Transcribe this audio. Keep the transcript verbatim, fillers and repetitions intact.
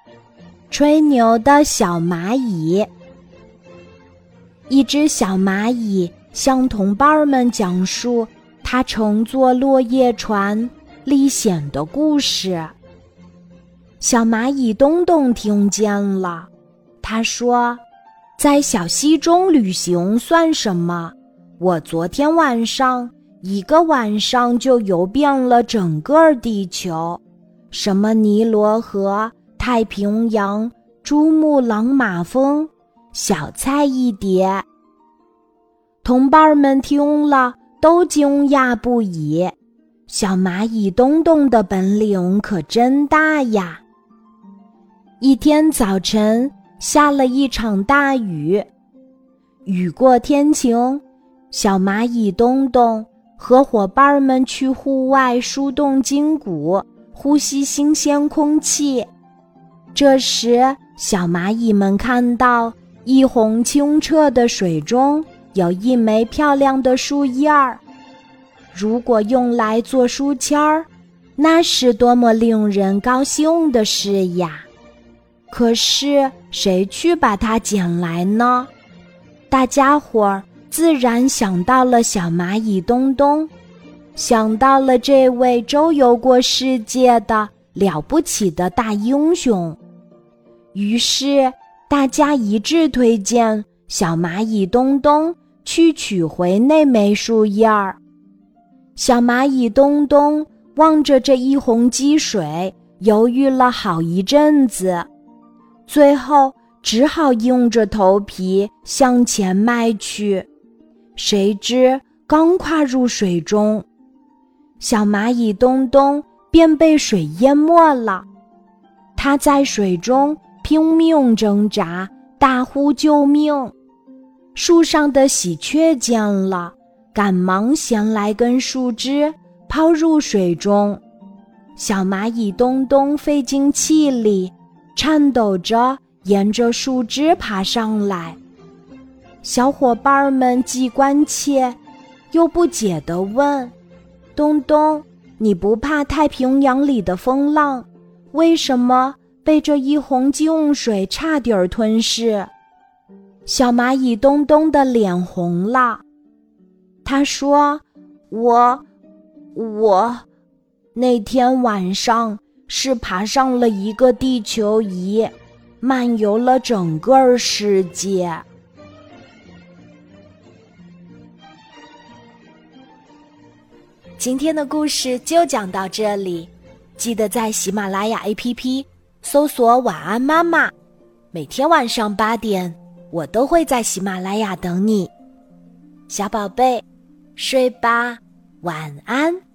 吹牛的小蚂蚁。一只小蚂蚁向同伴们讲述它乘坐落叶船历险的故事。小蚂蚁东东听见了，他说：在小溪中旅行算什么？我昨天晚上一个晚上就游遍了整个地球，什么尼罗河、太平洋、珠穆朗玛峰，小菜一碟。同伴们听了都惊讶不已，小蚂蚁东东的本领可真大呀！一天早晨下了一场大雨，雨过天晴，小蚂蚁东东和伙伴们去户外疏动筋骨，呼吸新鲜空气。这时，小蚂蚁们看到一泓清澈的水中有一枚漂亮的树叶儿，如果用来做书签儿，那是多么令人高兴的事呀！可是谁去把它捡来呢？大家伙儿自然想到了小蚂蚁东东，想到了这位周游过世界的了不起的大英雄。于是大家一致推荐小蚂蚁东东去取回那枚树叶儿。小蚂蚁东东望着这一泓积水，犹豫了好一阵子，最后只好硬着头皮向前迈去。谁知刚跨入水中，小蚂蚁东东便被水淹没了。他在水中拼命挣扎，大呼救命。树上的喜鹊见了，赶忙衔来根树枝抛入水中。小蚂蚁东东费尽气力，颤抖着沿着树枝爬上来。小伙伴们既关切又不解地问：东东，你不怕太平洋里的风浪？为什么被这一泓净水差点吞噬？小蚂蚁东东的脸红了，他说：我我那天晚上是爬上了一个地球仪，漫游了整个世界。今天的故事就讲到这里，记得在喜马拉雅 A P P 搜索晚安妈妈，每天晚上八点，我都会在喜马拉雅等你。小宝贝，睡吧，晚安。